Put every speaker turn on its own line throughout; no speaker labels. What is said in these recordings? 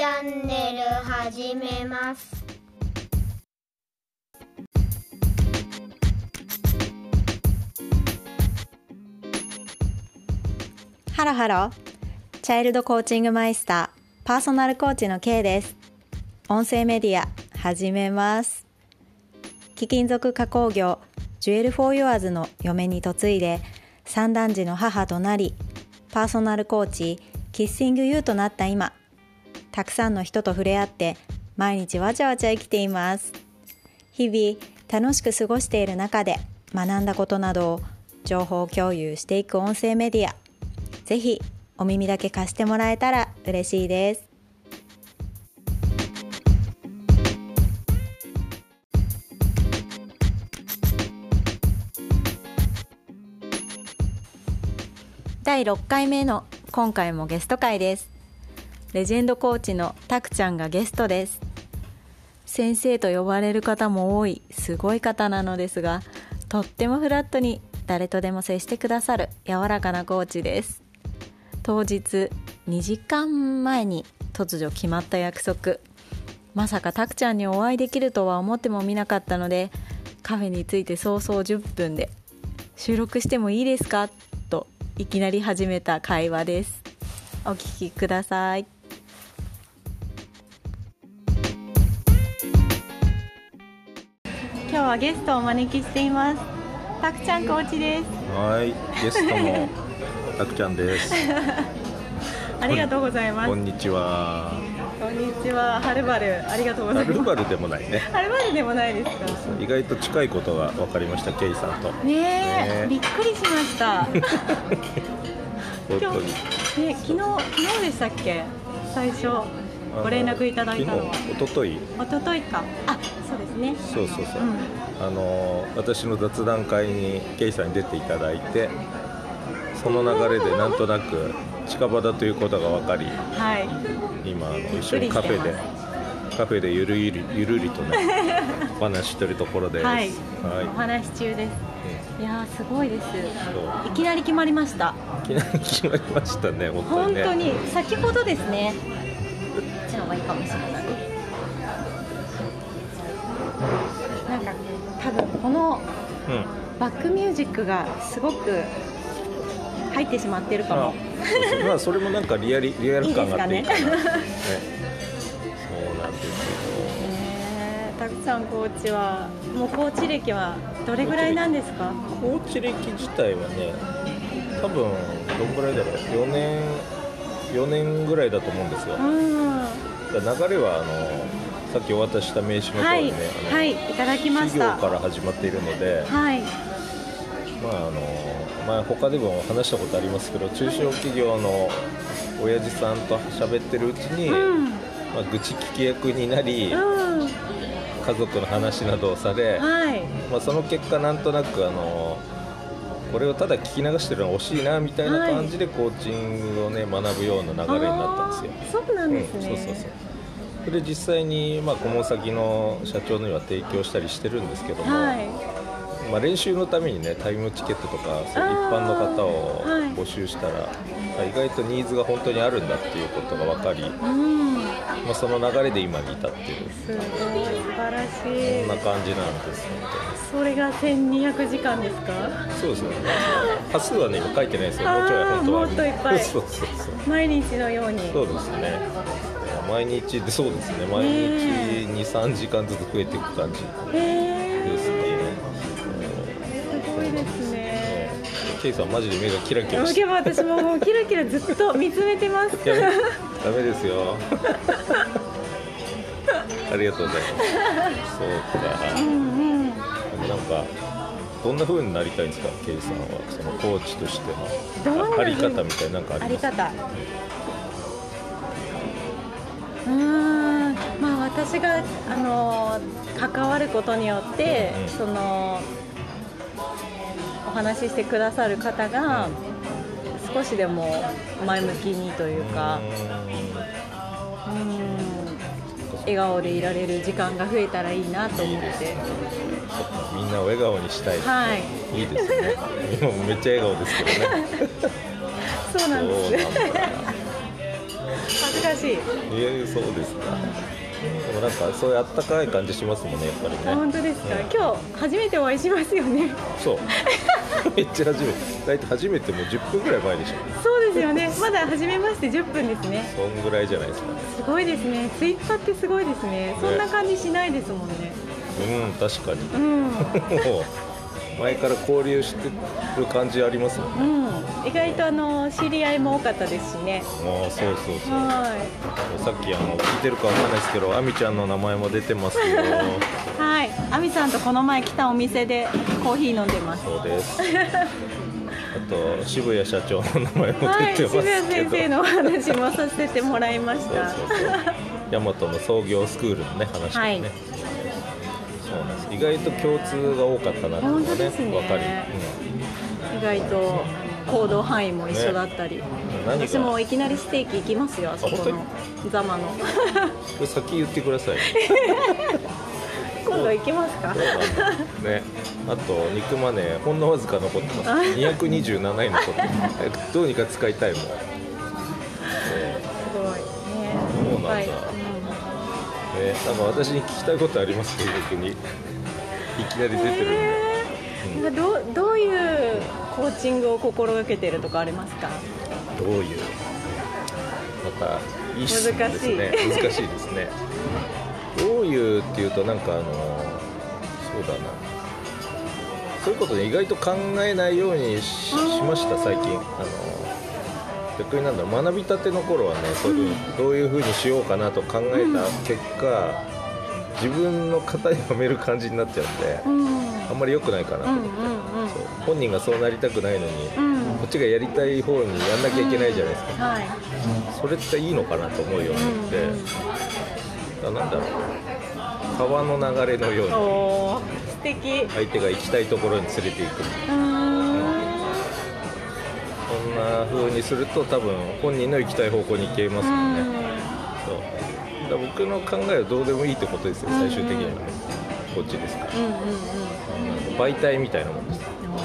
ャンネル始めます。
ハロハロ、チャイルドコーチングマイスター、パーソナルコーチの K です。音声メディア始めます。貴金属加工業ジュエルフォーユアーズの嫁に嫁いで三男児の母となり、パーソナルコーチキッシングユーとなった今、たくさんの人と触れ合って毎日わちゃわちゃ生きています。日々楽しく過ごしている中で学んだことなどを情報共有していく音声メディア、ぜひお耳だけ貸してもらえたら嬉しいです。第6回目の今回もゲスト会です。レジェンドコーチのたくちゃんがゲストです。先生と呼ばれる方も多いすごい方なのですが、とってもフラットに誰とでも接してくださる柔らかなコーチです。当日2時間前に突如決まった約束、まさかたくちゃんにお会いできるとは思ってもみなかったので、カフェに着いて早々10分で収録してもいいですかといきなり始めた会話です。お聞きください。今日はゲストをお招きしています。たくちゃんコーチです。
はい、ゲストのたくちゃんです
ありがとうございます。
こんにちは。
こんにちは。はるばるありがとうございます。
はるばるでもないね。
はるばるでもないですか。
意外と近いことが分かりました。ケイさんと
ねえ、びっくりしました
本当に
ね、昨日でしたっけ、最初ご連絡いただいたのは。
一昨日
か。あ、そうですね。
そう、私の雑談会にケイさんに出ていただいて、その流れでなんとなく近場だということが分かり、
はい、
今一緒にカフェでゆるりとねお話ししてるところです。
はい、お話中です。いやー、すごいです。いきなり決まりました。
いきなり決まりましたね。本当に
先ほどですね。こっちの方がいいかもしれない。なんか多分このバックミュージックがすごく入ってしまってるかも。
まあそれもなんかリアル感があっていいかな。そうなんですよ。
たくさんコーチはもうコーチ歴はどれぐらいなんですか？
コーチ歴自体はね、多分どんぐらいだろう、4年ぐらいだと思うんですよ。流れはさっきお渡しした名刺の通りね、
はい、いただきました。
企業から始まっているので、
はい、
他でも話したことありますけど、中小企業の親父さんと喋ってるうちに、愚痴聞き役になり、家族の話などをされ、その結果なんとなくこれをただ聞き流してるのは惜しいなみたいな感じでコーチングをね学ぶような流れになったんですよ。
そうなんですね。
そう。それで実際に顧問先の社長には提供したりしてるんですけども、練習のためにねタイムチケットとかそういう一般の方を募集したら、意外とニーズが本当にあるんだっていうことが分かり、その流れで今に至っている。
すごい素晴らしい。
そんな感じなんですよ。
それが1200時間ですか？
そうですね。端数はね今書いてないですよ。もうちょい本当は
もっといっぱい。
そう
毎日のように。
そうですね。毎日で、そうですね。毎日2、3時間ずつ増えていく感じですね。
すごいですね。
ケイさんマジで目がキラキラして。
私もキラキラずっと見つめてます。
ダメですよ。ありがとうございます。そうか。なんかどんな風になりたいんですか、ケイさんは。そのコーチとしてのあり方みたいな、なんかありますか？
あり方。私が関わることによって、そのお話ししてくださる方が少しでも前向きにというか、笑顔でいられる時間が増えたらいいなと思って。
みんなを笑顔にしたい。いいですね。今もめっちゃ笑顔ですけどね。
そうなんです。 恥ずかしい。
そうですか。でもなんかそういうあったかい感じしますもんね、やっぱりね。
本当ですか、今日初めてお会いしますよね。
そうめっちゃ初めて、大体初めてもう10分ぐらい前でしょ。
そうですよね、まだ初めまして10分ですね。
そんぐらいじゃないですかね。
すごいですね、ツイッターってすごいですね。そんな感じしないですもんね。
確かに、
うん
もう前から交流してる感じありますもんね。
意外と知り合いも多かったですしね。
そうそうそう。
は
さっき聞いてるかわかんないですけど、あみちゃんの名前も出てますよ。
はい、あみさんとこの前来たお店でコーヒー飲んでます。
そうです。あと渋谷社長の名前も
はい、
出てますけど、
渋谷先生のお話もさせてもらいました。
大和の創業スクールのね話ですね。はい、そうなんです。意外と共通が多かったなっていうのがね、分かり、
意外と行動範囲も一緒だったり、私もいきなりステーキ行きますよ、あそこのザマの。
これ先言ってください。
今度行きますか。
ね、あと肉マネーほんのわずか残ってます。227円残ってます。どうにか使いたいもん。す
ごいね。
そうなんだ。なんか私に聞きたいことありますか、逆に。いきなり出てるんで。
どういうコーチングを心がけてるとかありますか。
どういう。またいい質問ですね。難しいですね。どういうっていうとなんかそうだな。そういうことで意外と考えないようにしました最近。逆になんだろう、学びたての頃はね、そういうどういう風にしようかなと考えた結果、自分の型にはめる感じになっちゃうんで、あんまり良くないかなと思って、本人がそうなりたくないのに、こっちがやりたい方にやんなきゃいけないじゃないですか。それっていいのかなと思うようになって、なんだろう、川の流れのように
素敵、
相手が行きたいところに連れていく。そんな風にすると多分本人の行きたい方向に行けますもんね。そうだから僕の考えはどうでもいいってことですよ、最終的にはね。こっちですから、媒体みたいなもんです。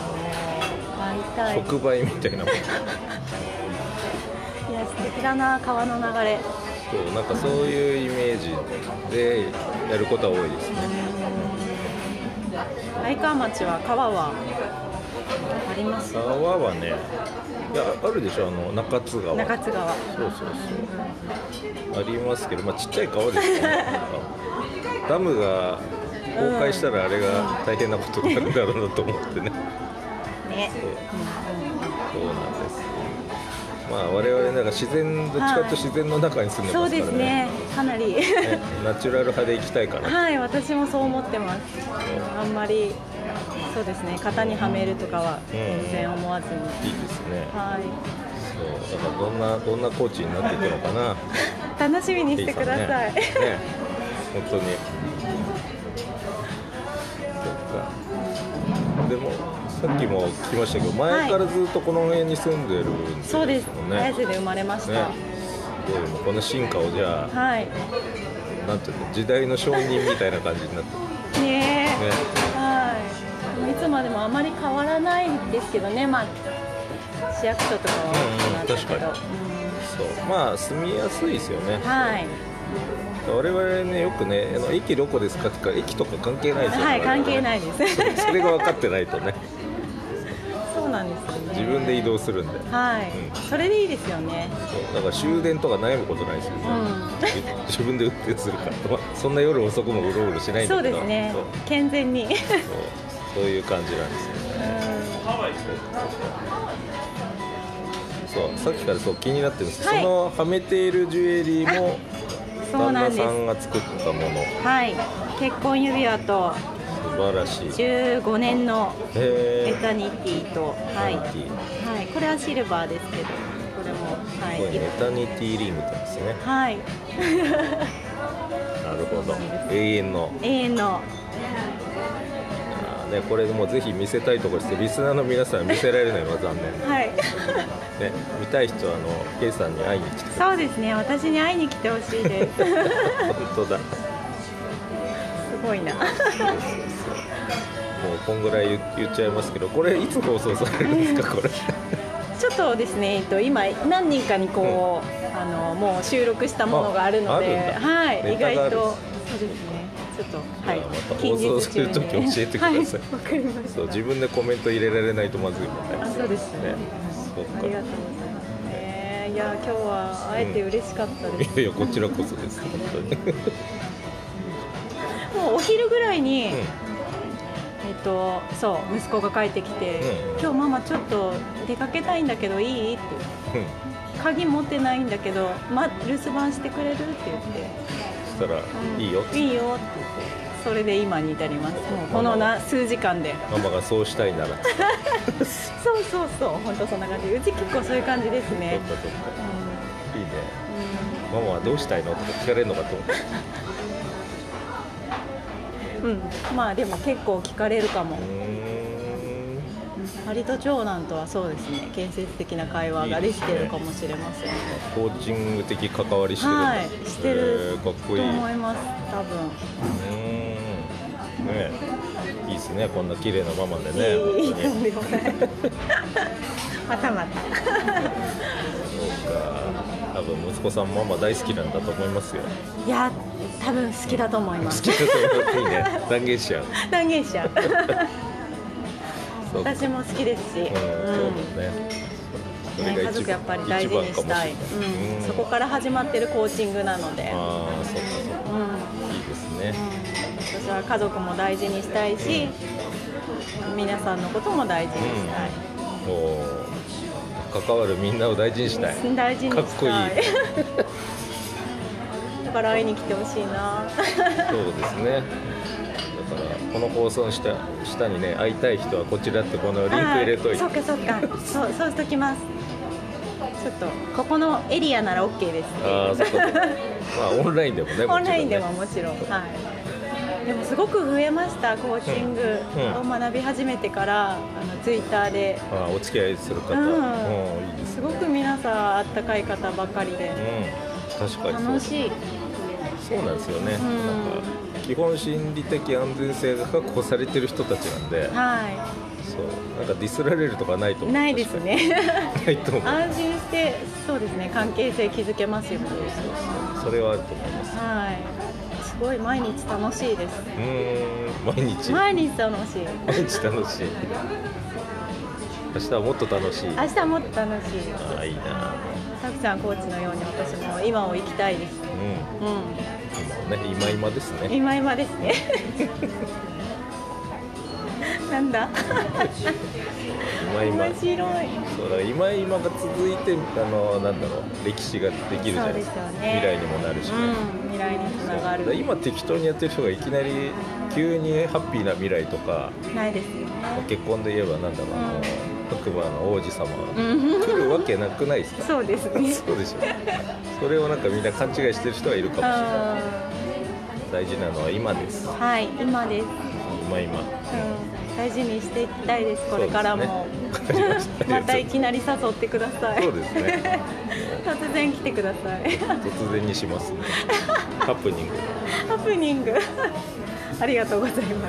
触媒みたいなもん。いや
素敵だな、川の流れ。
そうなんかそういうイメージでやることは多いですね。
愛川町は川はあります？
川はね、いやあるでしょ、中津川。
中津川。
そうそうそう。ありますけど、まあちっちゃい川ですよね。ダムが崩壊したらあれが大変なことになるんだろうなと思ってね。ね。そうなんです。まあ我々なんか自然、どっちかというと自然の中に住んでますからね。そうですね。
かなり
ナチュラル派で行きたいかな。
はい、私もそう思ってます。あんまり。そうですね、型にはめるとかは全然思わずに、
いいですね。
はい。
そうだからどんなコーチになっていくのかな。
楽しみにしてください。ね、
本当に。でもさっきも聞きましたけど、前からずっとこの辺に住んでるんですよね。そうです。
綾瀬で生まれました。ね、
この進化をじゃあ、
はい、
なんていうの、時代の証人みたいな感じになってる。
ね。はい。いつまでもあまり変わらないですけどね。まあ市役所とかは大きくなったけど。確かに。
そう、まあ住みやすいですよね。
はい。
我々ね、よくね、駅どこですかって言うから駅とか関係ないですよね。
はい、関係ないです。
それが分かってないとね。
そうなんですよね。
自分で移動するんで。
はい。それでいいですよね。
だから終電とか悩むことないですよね。自分で運転するから、そんな夜遅くもうろうろしないんだけど。そうですね。
健全に。
そういう感じなんですよね。そう、さっきからそう気になってるんですけど、そのはめているジュエリーも旦那さんが作ったもの。
はい、結婚指輪と
素晴らしい
15年のエタニティと、はい、これはシルバーですけど、これも、はい、
エタニティリングってですね。
はい。
なるほど。永遠の。ね、これもぜひ見せたいところですけど、リスナーの皆さん見せられないのは残念。
はい。
ね、見たい人はケイさんに会いに来て。
そうですね、私に会いに来てほしいです。
本当だ。す
ごいな。もう
こんぐらい言っちゃいますけど、これいつ放送されるんですか、これ。
ちょっとですね、今何人かにこう、 もう収録したものがあるので、はい、意外とそうですね、ちょっとはい、
また放送するとき教えてください。
はい、わかりました。
そう、自分でコメント入れられないとまずいもんね。
あ、そうですね。
そうか。
ありがとうございます。いや今日は会えて嬉しかったです。
いやいやこちらこそです本当に。
もうお昼ぐらいに、そう息子が帰ってきて、今日ママちょっと出かけたいんだけどいいって言って、鍵持ってないんだけど、留守番してくれるって言って、
そしたら、いいよって
いいよって言って、それで今に至ります。もうこの数時間で
ママがそうしたいなら
そうそうそう、本当そんな感じ。うち結構そういう感じですね。
そっかそっか、いいね、ママはどうしたいのとか聞かれるのかと思って
まあでも結構聞かれるかも。割と長男とはそうですね、建設的な会話ができてるかもしれません。
コーチング的関わりしてるんだ。
はい、してる
かっこいい
と思います、多分。
ね、いいですね、こんな綺麗なママでね。
いいとんでもないまたまた
そうか、多分息子さんママ大好きなんだと思いますよ。
いや、多分好きだと思います。
好きだと思います。いいね、断言しちゃう。
断言しちゃう私も好きですし、
そうだね、
家族やっぱり大事にしたい、そこから始まってるコーチングなので。
ああ、そうかそうか、いいですね。
私は家族も大事にしたいし、皆さんのことも大事にしたい、
関わるみんなを大事にしたい。
大事にしたい。
かっこいい
だから会いに来てほしいな
そうですね。だからこの放送の下にね、会いたい人はこちらってこのリンク入れといて。
そうかそうか、そうしときます。ちょっとここのエリアなら OK です。
ああ、そうか。まあオンラインでもね。
オンラインでももちろん。はい。でもすごく増えました、コーチングを学び始めてから、ツイッターで
お付き合いする方、いいです。
すごく皆さんあったかい方ばかりで、
確かに
楽しい。
そうなんですよね。なんか基本心理的安全性が確保されてる人たちなんで、そうなんかディスられるとかないと思う。
ないですね。
ないと思う。
安心してそうですね、関係性築けますよね。
それはあると思います。
はい。すごい毎日楽しいです。
毎日
楽しい。
毎日楽しい。明日はもっと楽しい。
明日はもっと楽しい。
あ、いいな。
たくちゃんコーチのように私も今を生きたいです。
今ですね。
今ですね。なんだ。面白い。
そうだ、今が続いてなんだろう、歴史ができるじゃないですか。未来にもなるしね。
未来につながる。
今適当にやってる人がいきなり急にハッピーな未来とか
ないですよね。
結婚で言えばなんだろう、白馬の王子様来るわけなくないですか。
そうですね。
そうでしょ。それをなんかみんな勘違いしてる人はいるかもしれない。大事なのは今です。
はい、今です。
今。
大事にしていきたいです。これからも。またいきなり誘ってください。
そうですね。
突然来てください。
突然にしますね。ハプニング。
ハプニング。ありがとうございます。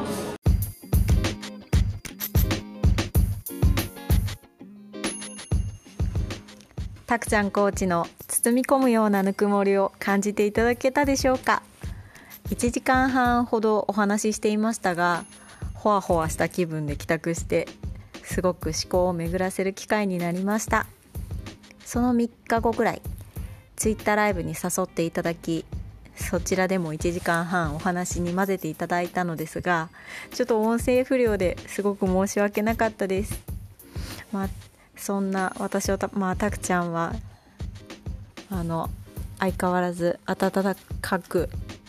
たくちゃんコーチの包み込むようなぬくもりを感じていただけたでしょうか。1時間半ほどお話ししていましたが、ほわほわした気分で帰宅してすごく思考を巡らせる機会になりました。その3日後ぐらいツイッターライブに誘っていただき、そちらでも1時間半お話に混ぜていただいたのですが、ちょっと音声不良ですごく申し訳なかったです。そんな私をたくちゃんは相変わらず温かく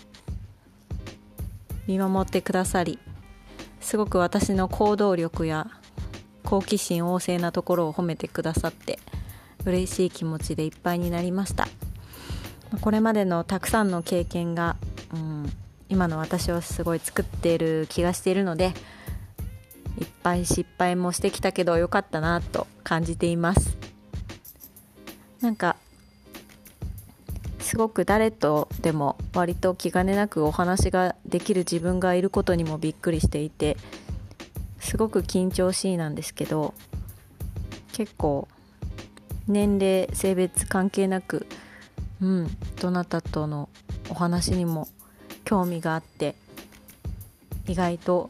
見守ってくださり、すごく私の行動力や好奇心旺盛なところを褒めてくださって嬉しい気持ちでいっぱいになりました。これまでのたくさんの経験が、今の私をすごい作っている気がしているので、いっぱい失敗もしてきたけどよかったなと感じています。なんかすごく誰とでも割と気兼ねなくお話ができる自分がいることにもびっくりしていて、すごく緊張しいなんですけど、結構年齢性別関係なく、どなたとのお話にも興味があって、意外と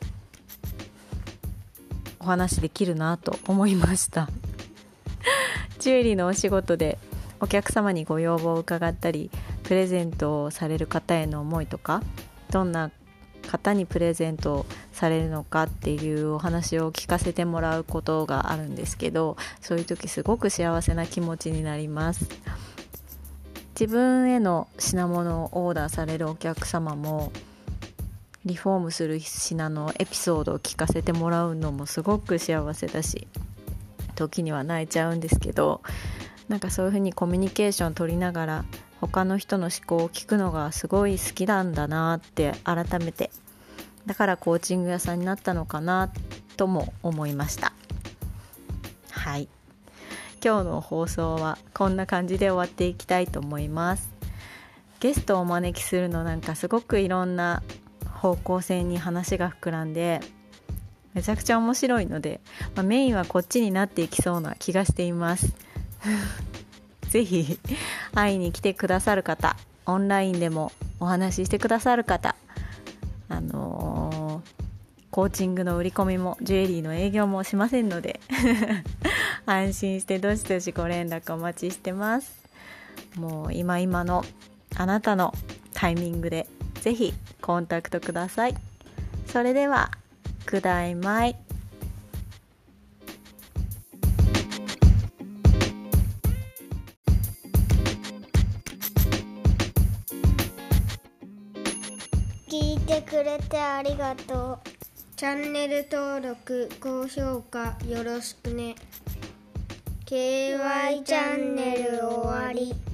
お話できるなと思いましたジュエリーのお仕事でお客様にご要望を伺ったり、プレゼントをされる方への思いとか、どんな方にプレゼントをされるのかっていうお話を聞かせてもらうことがあるんですけど、そういう時すごく幸せな気持ちになります。自分への品物をオーダーされるお客様も、リフォームする品のエピソードを聞かせてもらうのもすごく幸せだし、時には泣いちゃうんですけど、なんかそういうふうにコミュニケーション取りながら他の人の思考を聞くのがすごい好きなんだなって改めて、だからコーチング屋さんになったのかなとも思いました。はい、今日の放送はこんな感じで終わっていきたいと思います。ゲストをお招きするのなんかすごくいろんな方向性に話が膨らんでめちゃくちゃ面白いので、メインはこっちになっていきそうな気がしていますぜひ会いに来てくださる方、オンラインでもお話ししてくださる方、コーチングの売り込みもジュエリーの営業もしませんので安心してどしどしご連絡お待ちしてます。もう今のあなたのタイミングでぜひコンタクトください。それではくだいまい。
聞いてくれてありがとう。チャンネル登録、高評価よろしくね。KY チャンネル終わり。